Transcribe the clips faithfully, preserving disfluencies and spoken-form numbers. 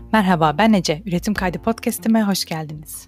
Merhaba, ben Ece. Üretim Kaydı Podcast'ime hoş geldiniz.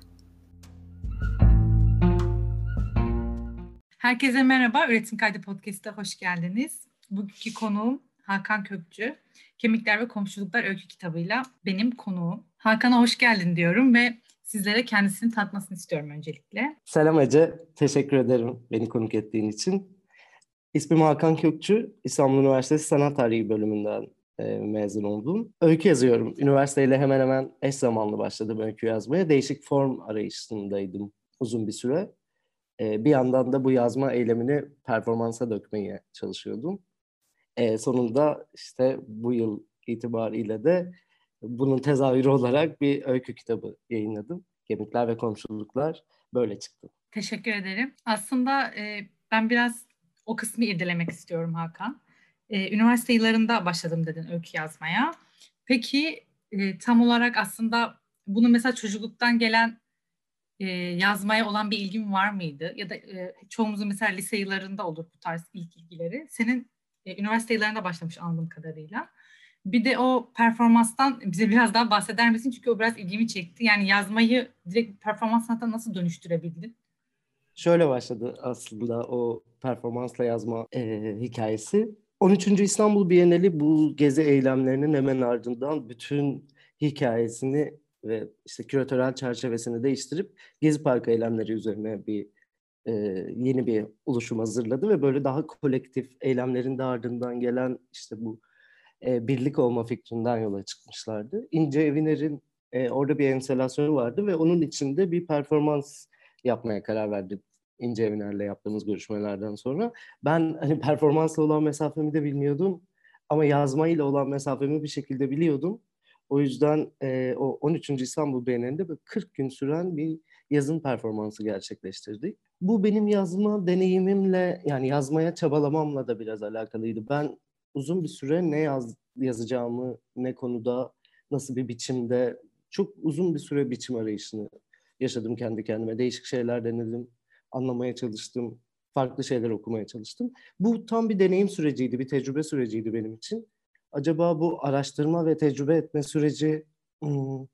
Herkese merhaba, Üretim Kaydı Podcast'a hoş geldiniz. Bugünkü konuğum Hakan Kökçü. Kemikler ve Komşuluklar öykü kitabıyla benim konuğum. Hakan'a hoş geldin diyorum ve sizlere kendisini tanıtmasını istiyorum öncelikle. Selam Ece, teşekkür ederim beni konuk ettiğin için. İsmim Hakan Kökçü, İstanbul Üniversitesi Sanat Tarihi bölümünden e, mezun oldum. Öykü yazıyorum. Üniversiteyle hemen hemen eş zamanlı başladım öykü yazmaya. Değişik form arayışındaydım uzun bir süre. E, bir yandan da bu yazma eylemini performansa dökmeye çalışıyordum. E, sonunda işte bu yıl itibariyle de bunun tezahürü olarak bir öykü kitabı yayınladım. Kemikler ve Komşuluklar böyle çıktı. Teşekkür ederim. Aslında e, ben biraz o kısmı irdelemek istiyorum Hakan. E, üniversite yıllarında başladım dedin öykü yazmaya. Peki e, tam olarak aslında bunu mesela çocukluktan gelen e, yazmaya olan bir ilgin var mıydı? Ya da e, çoğumuzun mesela lise yıllarında olur bu tarz ilk ilgileri. Senin e, üniversite yıllarında başlamış anladığım kadarıyla. Bir de o performanstan bize biraz daha bahseder misin? Çünkü o biraz ilgimi çekti. Yani yazmayı direkt performans sanatına nasıl dönüştürebildin? Şöyle başladı aslında o performansla yazma e, hikayesi. on üçüncü İstanbul Bienali bu gezi eylemlerinin hemen ardından bütün hikayesini ve işte küratörel çerçevesini değiştirip Gezi Parkı eylemleri üzerine bir e, yeni bir oluşum hazırladı ve böyle daha kolektif eylemlerin de ardından gelen işte bu e, birlik olma fikrinden yola çıkmışlardı. İnce Eviner'in e, orada bir enstalasyonu vardı ve onun içinde bir performans yapmaya karar verdik. İnce Eviner'le yaptığımız görüşmelerden sonra. Ben hani performansla olan mesafemi de bilmiyordum ama yazmayla olan mesafemi bir şekilde biliyordum. O yüzden e, o on üçüncü İstanbul Bienalinde kırk gün süren bir yazın performansı gerçekleştirdik. Bu benim yazma deneyimimle yani yazmaya çabalamamla da biraz alakalıydı. Ben uzun bir süre ne yaz, yazacağımı, ne konuda, nasıl bir biçimde çok uzun bir süre biçim arayışını yaşadım kendi kendime. Değişik şeyler denedim, anlamaya çalıştım, farklı şeyler okumaya çalıştım. Bu tam bir deneyim süreciydi, bir tecrübe süreciydi benim için. Acaba bu araştırma ve tecrübe etme süreci hmm,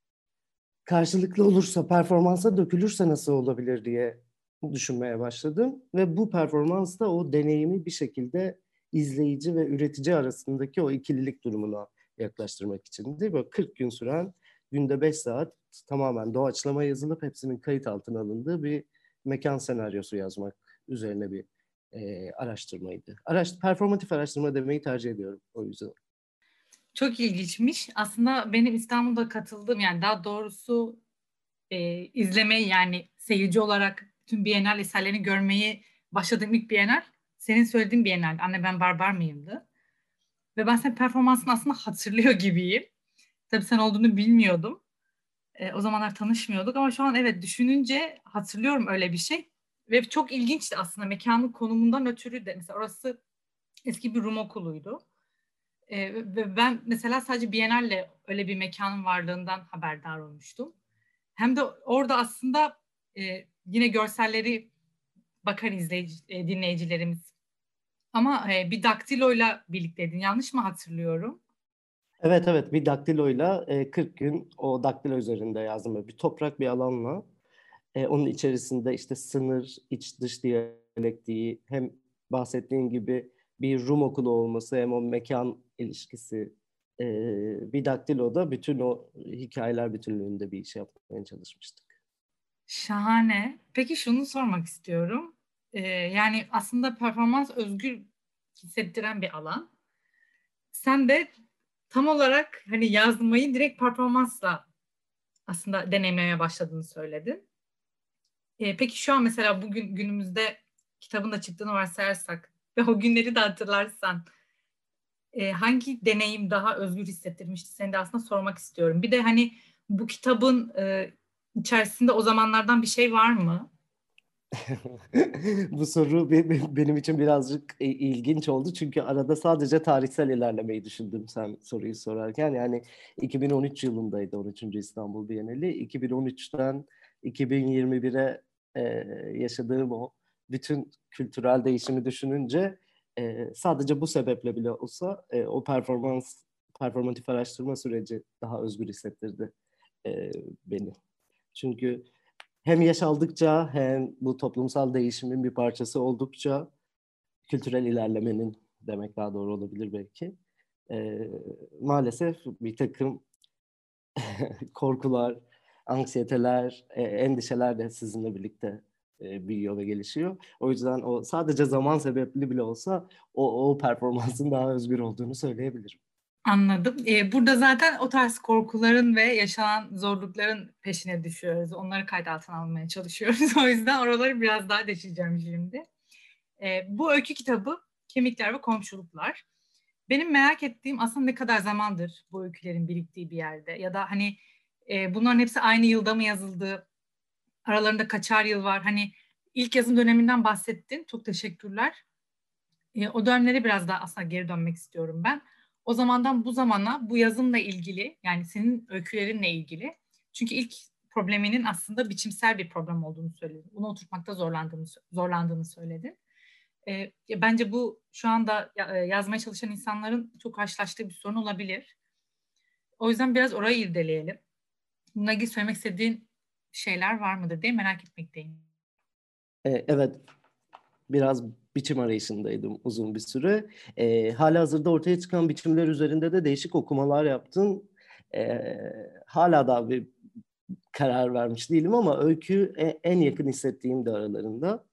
karşılıklı olursa, performansa dökülürse nasıl olabilir diye düşünmeye başladım. Ve bu performans da o deneyimi bir şekilde izleyici ve üretici arasındaki o ikililik durumuna yaklaştırmak içindi. Böyle kırk gün süren, günde beş saat tamamen doğaçlama yazılıp hepsinin kayıt altına alındığı bir mekan senaryosu yazmak üzerine bir e, araştırmaydı. Araş, performatif araştırma demeyi tercih ediyorum o yüzden. Çok ilginçmiş. Aslında benim İstanbul'da katıldığım yani daha doğrusu e, izlemeyi yani seyirci olarak tüm Bienal eserlerini görmeyi başladığım ilk Bienal senin söylediğin Bienal. Anne ben barbar mıyımdı? Ve ben senin performansını aslında hatırlıyor gibiyim. Tabii sen olduğunu bilmiyordum. E, o zamanlar tanışmıyorduk ama şu an evet düşününce hatırlıyorum öyle bir şey. Ve çok ilginçti aslında mekanın konumundan ötürü de. Mesela orası eski bir Rum okuluydu. E, ve ben mesela sadece Biennale'le öyle bir mekanın varlığından haberdar olmuştum. Hem de orada aslında e, yine görselleri bakar izleyici, e, dinleyicilerimiz. Ama e, bir daktiloyla birlikteydin. Yanlış mı hatırlıyorum? Evet evet bir daktiloyla e, kırk gün o daktilo üzerinde yazdım. Böyle bir toprak bir alanla. E, onun içerisinde işte sınır, iç dış diyalektiği hem bahsettiğin gibi bir Rum okulu olması hem o mekan ilişkisi e, bir daktiloda bütün o hikayeler bütünlüğünde bir iş yapmaya çalışmıştık. Şahane. Peki şunu sormak istiyorum. E, yani aslında performans özgür hissettiren bir alan. Sen de tam olarak hani yazmayı direkt performansla aslında deneyimlemeye başladığını söyledin. E, peki şu an mesela bugün günümüzde kitabın da çıktığını varsayarsak ve o günleri de hatırlarsan e, hangi deneyim daha özgür hissettirmişti seni de aslında sormak istiyorum. Bir de hani bu kitabın e, içerisinde o zamanlardan bir şey var mı? Bu soru be- be- benim için birazcık e, ilginç oldu. Çünkü arada sadece tarihsel ilerlemeyi düşündüm sen soruyu sorarken. Yani iki bin on üç yılındaydı on üçüncü İstanbul Bienali. iki bin on üçten iki bin yirmi bire e, yaşadığım o bütün kültürel değişimi düşününce e, sadece bu sebeple bile olsa e, o performans performatif araştırma süreci daha özgür hissettirdi e, beni. Çünkü hem yaş aldıkça hem bu toplumsal değişimin bir parçası oldukça, kültürel ilerlemenin demek daha doğru olabilir belki, e, maalesef bir takım korkular, anksiyeteler, e, endişeler de sizinle birlikte e, büyüyor ve gelişiyor. O yüzden o sadece zaman sebepli bile olsa o, o performansın daha özgür olduğunu söyleyebilirim. Anladım. Ee, burada zaten o tarz korkuların ve yaşanan zorlukların peşine düşüyoruz. Onları kayda altına almaya çalışıyoruz. O yüzden oraları biraz daha deşeceğim şimdi. Ee, bu öykü kitabı Kemikler ve Komşuluklar. Benim merak ettiğim aslında ne kadar zamandır bu öykülerin biriktiği bir yerde ya da hani e, bunların hepsi aynı yılda mı yazıldı? Aralarında kaçar yıl var? Hani ilk yazım döneminden bahsettin. Çok teşekkürler. E, o dönemlere biraz daha aslında geri dönmek istiyorum ben. O zamandan bu zamana bu yazımla ilgili yani senin öykülerinle ilgili. Çünkü ilk probleminin aslında biçimsel bir problem olduğunu söyledin. Bunu oturtmakta zorlandığını, zorlandığını söyledin. E, bence bu şu anda yazmaya çalışan insanların çok karşılaştığı bir sorun olabilir. O yüzden biraz orayı irdeleyelim. Bununla ilgili söylemek istediğin şeyler var mıdır diye merak etmekteyim. E, evet, biraz biçim arayışındaydım uzun bir süre. E, halihazırda ortaya çıkan biçimler üzerinde de değişik okumalar yaptım. E, hala da bir karar vermiş değilim ama öykü en yakın hissettiğim de aralarında.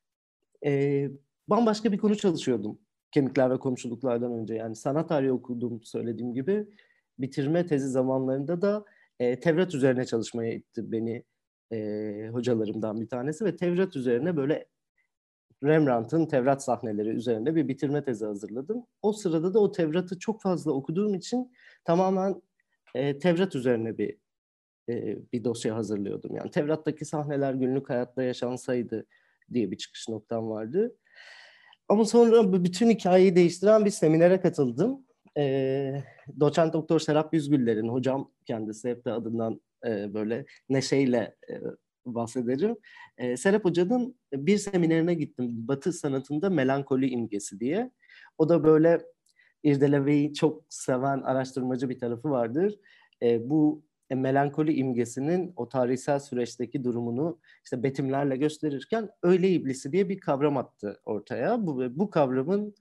E, bambaşka bir konu çalışıyordum Kemikler ve Komşuluklardan önce. Yani sanat tarihi okudum söylediğim gibi. Bitirme tezi zamanlarında da e, Tevrat üzerine çalışmaya itti beni e, hocalarımdan bir tanesi ve Tevrat üzerine böyle Rembrandt'ın Tevrat sahneleri üzerinde bir bitirme tezi hazırladım. O sırada da o Tevrat'ı çok fazla okuduğum için tamamen e, Tevrat üzerine bir e, bir dosya hazırlıyordum. Yani Tevrat'taki sahneler günlük hayatta yaşansaydı diye bir çıkış noktam vardı. Ama sonra bütün hikayeyi değiştiren bir seminere katıldım. E, Doçent Doktor Serap Yüzgüller'in, hocam kendisi, hep de adından e, böyle neşeyle e, bahsederim. E, Serap Hoca'nın bir seminerine gittim. Batı sanatında melankoli imgesi diye. O da böyle irdelemeyi çok seven araştırmacı bir tarafı vardır. E, bu e, melankoli imgesinin o tarihsel süreçteki durumunu işte betimlerle gösterirken öyle iblisi diye bir kavram attı ortaya. Bu, bu kavramın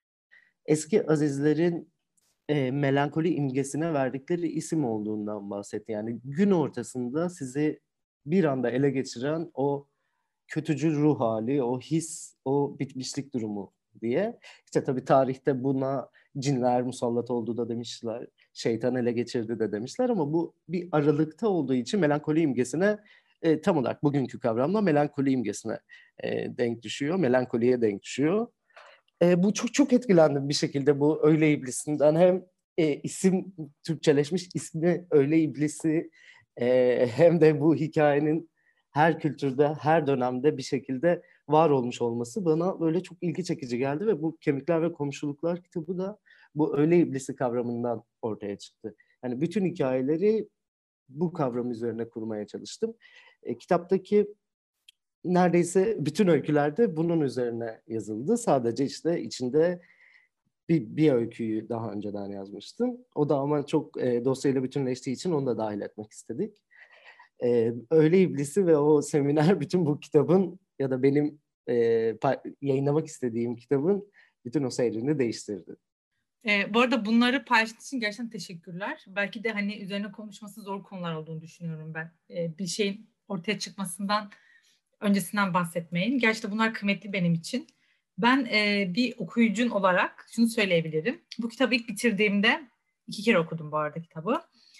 eski azizlerin e, melankoli imgesine verdikleri isim olduğundan bahsetti. Yani gün ortasında sizi bir anda ele geçiren o kötücül ruh hali, o his, o bitmişlik durumu diye. İşte tabii tarihte buna cinler musallat olduğu da demişler, şeytan ele geçirdi de demişler ama bu bir aralıkta olduğu için melankoli imgesine e, tam olarak bugünkü kavramla melankoli imgesine e, denk düşüyor, melankoliye denk düşüyor. E, bu çok çok etkilendim bir şekilde bu öyle iblisinden. Hem e, isim Türkçeleşmiş ismi öyle iblisi e, hem de bu hikayenin her kültürde, her dönemde bir şekilde var olmuş olması bana böyle çok ilgi çekici geldi ve bu Kemikler ve Komşuluklar kitabı da bu öyle iblisi kavramından ortaya çıktı. Yani bütün hikayeleri bu kavram üzerine kurmaya çalıştım. E, kitaptaki neredeyse bütün öykülerde bunun üzerine yazıldı. Sadece işte içinde bir, bir öyküyü daha önceden yazmıştım. O da ama çok e, dosyayla bütünleştiği için onu da dahil etmek istedik. E, Öyle İblisi ve o seminer bütün bu kitabın ya da benim e, yayınlamak istediğim kitabın bütün o seyrini değiştirdi. Ee, bu arada bunları paylaştığın için gerçekten teşekkürler. Belki de hani üzerine konuşması zor konular olduğunu düşünüyorum ben. Ee, bir şeyin ortaya çıkmasından öncesinden bahsetmeyin. Gerçekten bunlar kıymetli benim için. Ben e, bir okuyucun olarak şunu söyleyebilirim. Bu kitabı ilk bitirdiğimde, iki kere okudum bu arada kitabı.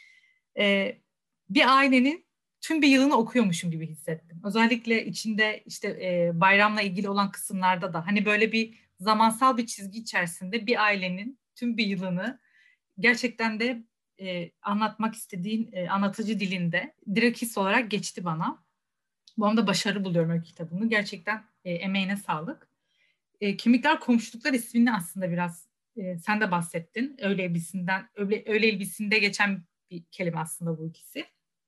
Ee, bir ailenin tüm bir yılını okuyormuşum gibi hissettim. Özellikle içinde işte e, bayramla ilgili olan kısımlarda da hani böyle bir zamansal bir çizgi içerisinde bir ailenin tüm bir yılını gerçekten de e, anlatmak istediğin e, anlatıcı dilinde direkt his olarak geçti bana. Bu anda başarı buluyorum o kitabını. Gerçekten e, emeğine sağlık. E, Kemikler Komşuluklar ismini aslında biraz e, sen de bahsettin. Öyle elbisinden, öyle, öyle elbisinde geçen bir kelime aslında bu ikisi.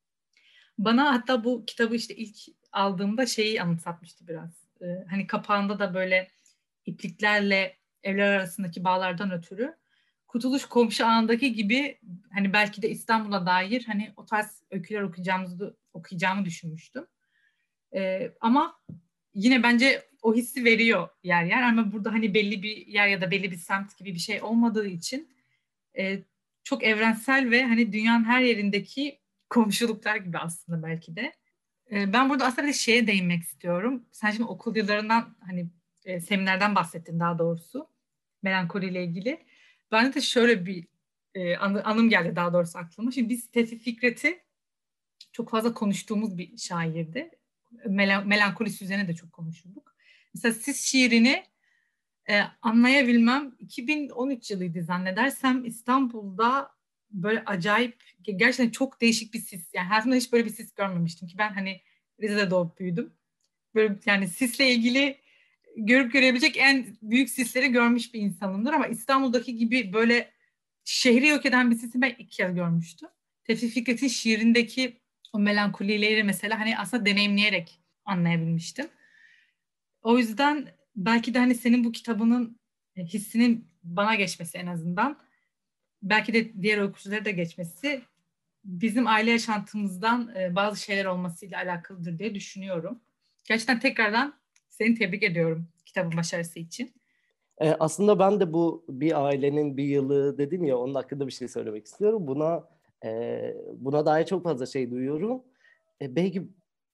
Bana hatta bu kitabı işte ilk aldığımda şeyi anımsatmıştı biraz. E, hani kapağında da böyle ipliklerle evler arasındaki bağlardan ötürü Kurtuluş Komşu Ağı'ndaki gibi hani belki de İstanbul'a dair hani o tarz öyküler okuyacağımızı okuyacağımı düşünmüştüm. Ee, ama yine bence o hissi veriyor yer yer, ama burada hani belli bir yer ya da belli bir semt gibi bir şey olmadığı için e, çok evrensel ve hani dünyanın her yerindeki komşuluklar gibi aslında belki de. E, ben burada aslında bir de şeye değinmek istiyorum. Sen şimdi okul yıllarından hani e, seminerden bahsettin daha doğrusu. Melankoliyle ilgili. Bende de şöyle bir e, anı- anım geldi daha doğrusu aklıma. Şimdi biz Tevfik Fikret'i çok fazla konuştuğumuz bir şairdi. Mel- melankolisi üzerine de çok konuşurduk. Mesela Siz şiirini e, anlayabilmem iki bin on üç yılıydı zannedersem, İstanbul'da böyle acayip, gerçekten çok değişik bir sis. Yani hayatımda hiç böyle bir sis görmemiştim ki ben hani Rize'de doğup büyüdüm. Böyle yani sisle ilgili görüp görebilecek en büyük sisleri görmüş bir insanımdır, ama İstanbul'daki gibi böyle şehri yok eden bir sisi ben ilk kez görmüştüm. Tevfik Fikret'in şiirindeki o melankolileri mesela hani aslında deneyimleyerek anlayabilmiştim. O yüzden belki de hani senin bu kitabının e, hissinin bana geçmesi en azından, belki de diğer okuyuculara da geçmesi bizim aile yaşantımızdan e, bazı şeyler olmasıyla alakalıdır diye düşünüyorum. Gerçekten tekrardan seni tebrik ediyorum kitabın başarısı için. E, aslında ben de bu bir ailenin bir yılı dedim ya, onun hakkında bir şey söylemek istiyorum. Buna e, buna dair çok fazla şey duyuyorum. E, belki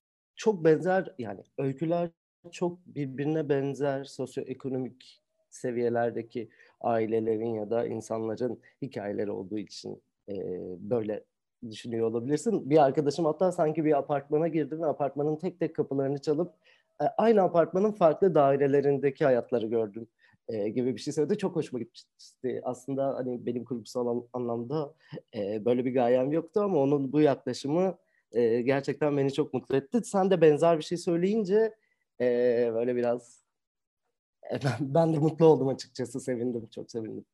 çok benzer, yani öyküler çok birbirine benzer sosyoekonomik seviyelerdeki ailelerin ya da insanların hikayeleri olduğu için e, böyle düşünüyor olabilirsin. Bir arkadaşım hatta sanki bir apartmana girdi ve apartmanın tek tek kapılarını çalıp e, aynı apartmanın farklı dairelerindeki hayatları gördüm e, gibi bir şey söyledi. Çok hoşuma gitmişti. Aslında hani benim kurgusal anlamda e, böyle bir gayem yoktu ama onun bu yaklaşımı e, gerçekten beni çok mutlu etti. Sen de benzer bir şey söyleyince e, böyle biraz e, ben, ben de mutlu oldum açıkçası. Sevindim, çok sevindim.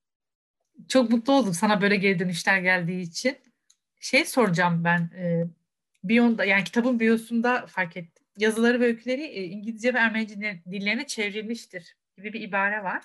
Çok mutlu oldum sana böyle geri dönüşler geldiği için. Şey soracağım ben, e, biyonda yani kitabın biyosunda fark ettim. Yazıları ve öyküleri e, İngilizce ve Ermenice dillerine çevrilmiştir gibi bir ibare var.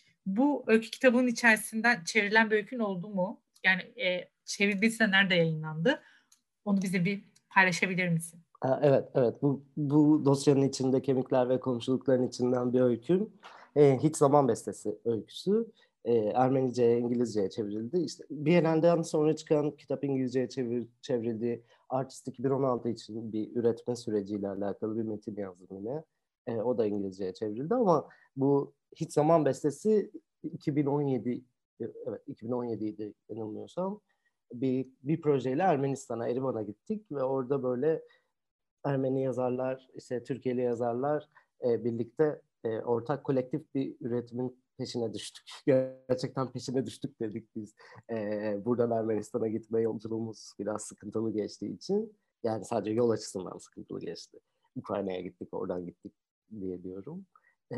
Bu öykü kitabının içerisinden çevrilen bir öykün oldu mu? Yani e, çevrildiyse nerede yayınlandı? Onu bize bir paylaşabilir misin? Ha, evet, evet. Bu, bu dosyanın içinde Kemikler ve Komşulukların içinden bir öyküm. E, Hiç Zaman Bestesi öyküsü. E, Ermenice'ye, İngilizce'ye çevrildi. İşte Biennale'den sonra çıkan kitap İngilizce'ye çevir, çevrildi. Artist iki bin on altı için bir üretme süreciyle alakalı bir metin yazdım yine. E, o da İngilizce'ye çevrildi ama bu Hiç Zaman Bestesi iki bin on yedi, evet iki bin on yediydi yanılmıyorsam. Bir, bir projeyle Ermenistan'a, Erivan'a gittik ve orada böyle Ermeni yazarlar, işte Türkiye'li yazarlar e, birlikte e, ortak kolektif bir üretimin peşine düştük. Gerçekten peşine düştük dedik biz. E, buradan Ermenistan'a gitme yolculuğumuz biraz sıkıntılı geçtiği için. Yani sadece yol açısından sıkıntılı geçti. Ukrayna'ya gittik, oradan gittik diye diyorum. E,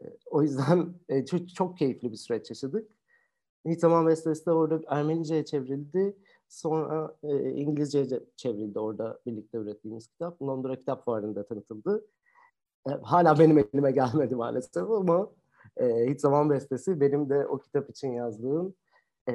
O yüzden e, çok, çok keyifli bir süreç yaşadık. Hiç Zaman Meselesi de orada Ermenice'ye çevrildi. Sonra e, İngilizce'ye çevrildi orada birlikte ürettiğimiz kitap. Londra Kitap Fuarı'nda tanıtıldı. E, hala benim elime gelmedi maalesef ama e, Hiç Zaman Bestesi benim de o kitap için yazdığım e,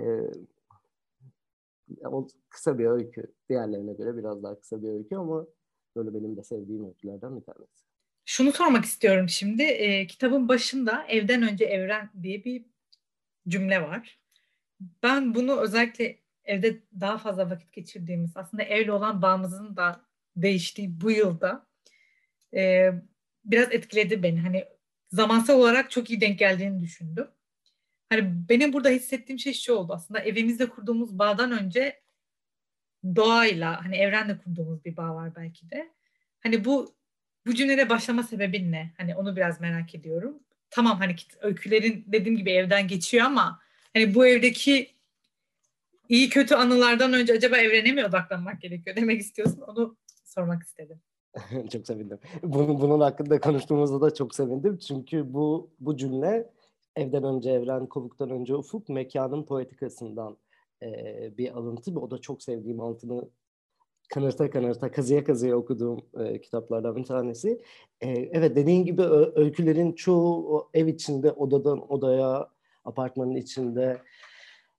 o kısa bir öykü. Diğerlerine göre biraz daha kısa bir öykü ama böyle benim de sevdiğim öykülerden bir tanesi. Şunu sormak istiyorum şimdi. E, kitabın başında evden önce evren diye bir cümle var. Ben bunu özellikle evde daha fazla vakit geçirdiğimiz, aslında evle olan bağımızın da değiştiği bu yılda e, biraz etkiledi beni. Hani zamansal olarak çok iyi denk geldiğini düşündüm. Hani benim burada hissettiğim şey şu oldu aslında: evimizde kurduğumuz bağdan önce doğayla, hani evrenle kurduğumuz bir bağ var belki de. Hani bu bu cümlede başlama sebebin ne? Hani onu biraz merak ediyorum. Tamam, hani kit- öykülerin dediğim gibi evden geçiyor, ama hani bu evdeki iyi kötü anılardan önce acaba evrene mi odaklanmak gerekiyor demek istiyorsun? Onu sormak istedim. Çok sevindim. Bunun, bunun hakkında konuştuğumuzda da çok sevindim. Çünkü bu bu cümle evden önce evren, kovuktan önce ufuk, mekanın poetikasından e, bir alıntı. O da çok sevdiğim, altını kanırta kanırta, kazıya kazıya okuduğum e, kitaplardan bir tanesi. E, evet, dediğin gibi ö- öykülerin çoğu o ev içinde, odadan odaya, apartmanın içinde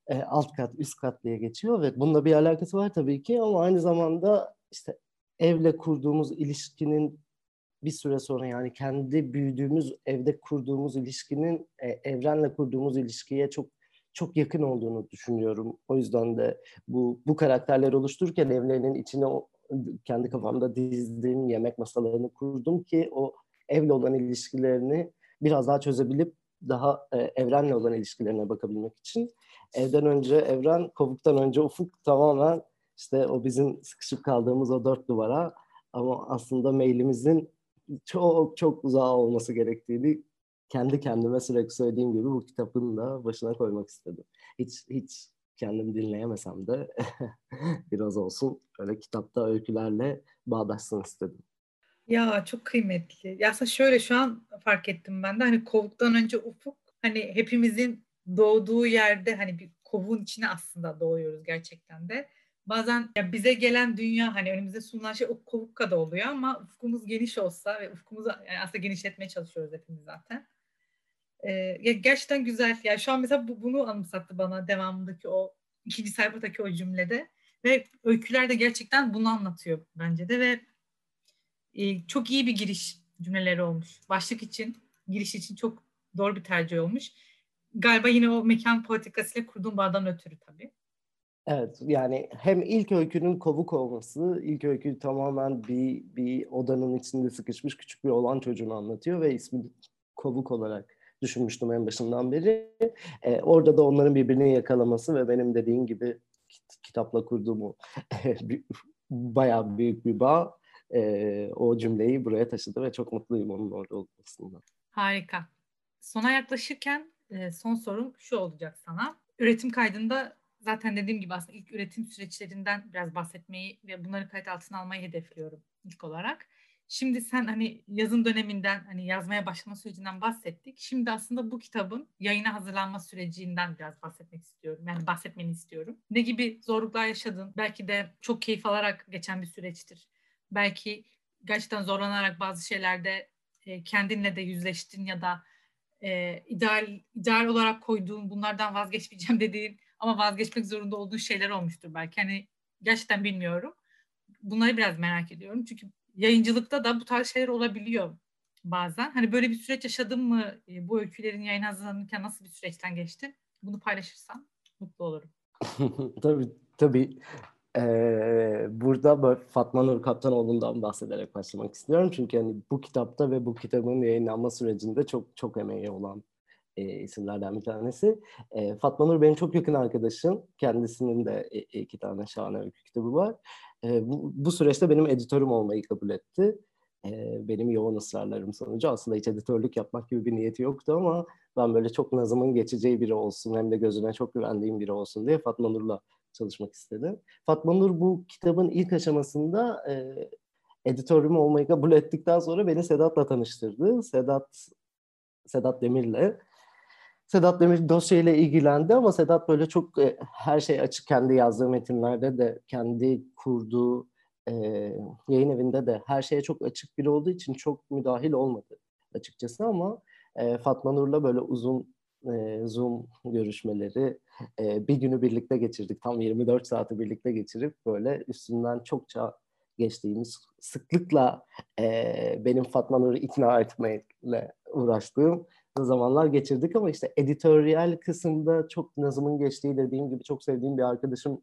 e, alt kat, üst kat diye geçiyor ve bununla bir alakası var tabii ki ama aynı zamanda işte evle kurduğumuz ilişkinin bir süre sonra yani kendi büyüdüğümüz evde kurduğumuz ilişkinin e, evrenle kurduğumuz ilişkiye çok çok yakın olduğunu düşünüyorum. O yüzden de bu bu karakterleri oluştururken evlerinin içine o, kendi kafamda dizdiğim yemek masalarını kurdum ki o evle olan ilişkilerini biraz daha çözebilip daha e, evrenle olan ilişkilerine bakabilmek için. Evden önce evren, kovuktan önce ufuk tamamen işte o bizim sıkışıp kaldığımız o dört duvara ama aslında mailimizin çok çok uzağa olması gerektiğini kendi kendime sürekli söylediğim gibi bu kitabın da başına koymak istedim. Hiç hiç kendim dinleyemesem de biraz olsun öyle kitapta öykülerle bağdaşsın istedim. Ya çok kıymetli. Ya aslında şöyle şu an fark ettim ben de hani kovuktan önce ufuk hani hepimizin doğduğu yerde hani bir kovuğun içine aslında doğuyoruz gerçekten de. Bazen ya bize gelen dünya hani önümüze sunulan şey o kovuk kadar oluyor ama ufkumuz geniş olsa ve ufkumuzu yani aslında genişletmeye çalışıyoruz hepimiz zaten. Ee, ya gerçekten güzel. Yani şu an mesela bu, bunu anımsattı bana devamındaki o ikinci sayfadaki o cümlede ve öyküler de gerçekten bunu anlatıyor bence de ve e, çok iyi bir giriş cümleleri olmuş. Başlık için, giriş için çok doğru bir tercih olmuş. Galiba yine o mekan politikasıyla kurduğum bağdan ötürü tabii. Evet yani hem ilk öykünün kovuk olması, ilk öykü tamamen bir bir odanın içinde sıkışmış küçük bir oğlan çocuğunu anlatıyor ve ismi kovuk olarak düşünmüştüm en başından beri. Ee, orada da onların birbirini yakalaması ve benim dediğim gibi kit- kitapla kurduğum o bayağı büyük bir bağ e, o cümleyi buraya taşıdı ve çok mutluyum onun orada olmasından. Harika. Sona yaklaşırken e, son sorum şu olacak sana. Üretim kaydında zaten dediğim gibi aslında ilk üretim süreçlerinden biraz bahsetmeyi ve bunları kayıt altına almayı hedefliyorum ilk olarak. Şimdi sen hani yazın döneminden hani yazmaya başlama sürecinden bahsettik. Şimdi aslında bu kitabın yayına hazırlanma sürecinden biraz bahsetmek istiyorum. Yani bahsetmeni istiyorum. Ne gibi zorluklar yaşadın? Belki de çok keyif alarak geçen bir süreçtir. Belki gerçekten zorlanarak bazı şeylerde e, kendinle de yüzleştin ya da e, ideal ideal olarak koyduğun bunlardan vazgeçmeyeceğim dediğin ama vazgeçmek zorunda olduğun şeyler olmuştur belki. Hani gerçekten bilmiyorum. Bunları biraz merak ediyorum. Çünkü yayıncılıkta da bu tarz şeyler olabiliyor bazen. Hani böyle bir süreç yaşadın mı? E, bu öykülerin yayın hazırlanırken nasıl bir süreçten geçti? Bunu paylaşırsan mutlu olurum. Tabii tabii. Ee, burada böyle Fatma Nur Kaptanoğlu'ndan bahsederek başlamak istiyorum. Çünkü hani bu kitapta ve bu kitabın yayınlanma sürecinde çok çok emeği olan e, isimlerden bir tanesi. E, Fatma Nur benim çok yakın arkadaşım. Kendisinin de e, iki tane şahane öykü kitabı var. E, bu, bu süreçte benim editörüm olmayı kabul etti. E, benim yoğun ısrarlarım sonucu aslında hiç editörlük yapmak gibi bir niyeti yoktu ama ben böyle çok nazımın geçeceği biri olsun hem de gözüne çok güvendiğim biri olsun diye Fatma Nur'la çalışmak istedim. Fatma Nur bu kitabın ilk aşamasında e, editörüm olmayı kabul ettikten sonra beni Sedat'la tanıştırdı. Sedat Sedat Demir'le. Sedat Demir dosyayla ilgilendi ama Sedat böyle çok e, her şey açık kendi yazdığı metinlerde de kendi kurduğu e, yayın evinde de her şeye çok açık biri olduğu için çok müdahil olmadı açıkçası ama e, Fatma Nur'la böyle uzun e, Zoom görüşmeleri e, bir günü birlikte geçirdik. Tam yirmi dört saati birlikte geçirip böyle üstünden çokça geçtiğimiz sıklıkla e, benim Fatma Nur'u ikna etmeyle uğraştığım zamanlar geçirdik ama işte editoryal kısımda çok nazımın geçtiği dediğim gibi çok sevdiğim bir arkadaşım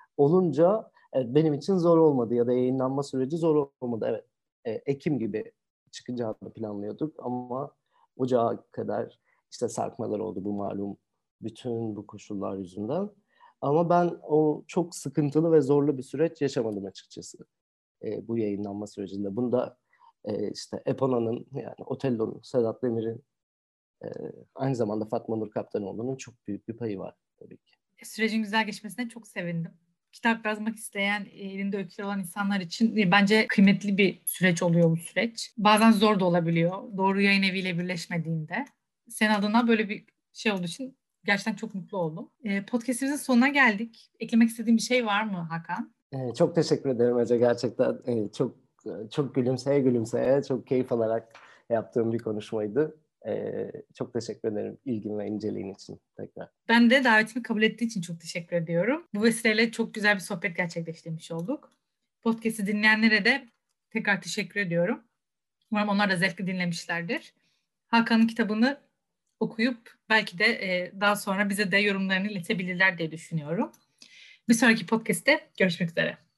olunca evet, benim için zor olmadı ya da yayınlanma süreci zor olmadı. Evet, e, Ekim gibi çıkacağını planlıyorduk ama Ocağa kadar işte sarkmalar oldu bu malum bütün bu koşullar yüzünden. Ama ben o çok sıkıntılı ve zorlu bir süreç yaşamadım açıkçası e, bu yayınlanma sürecinde. Bunda e, işte Epona'nın yani Otello'nun, Sedat Demir'in ee, aynı zamanda Fatma Nur Kaptanoğlu'nun çok büyük bir payı var tabii ki. Sürecin güzel geçmesine çok sevindim. Kitap yazmak isteyen, elinde öyküleri olan insanlar için e, bence kıymetli bir süreç oluyor bu süreç. Bazen zor da olabiliyor. Doğru yayın eviyle birleşmediğinde. Senin adına böyle bir şey olduğu için gerçekten çok mutlu oldum. E, podcastimizin sonuna geldik. Eklemek istediğin bir şey var mı Hakan? Ee, çok teşekkür ederim Ece. Gerçekten e, çok çok gülümseye gülümseye, çok keyif alarak yaptığım bir konuşmaydı. Ee, çok teşekkür ederim ilgin ve inceliğin için tekrar. Ben de davetimi kabul ettiği için çok teşekkür ediyorum. Bu vesileyle çok güzel bir sohbet gerçekleştirmiş olduk. Podcast'i dinleyenlere de tekrar teşekkür ediyorum. Umarım onlar da zevkle dinlemişlerdir. Hakan'ın kitabını okuyup belki de e, daha sonra bize de yorumlarını iletebilirler diye düşünüyorum. Bir sonraki podcast'te görüşmek üzere.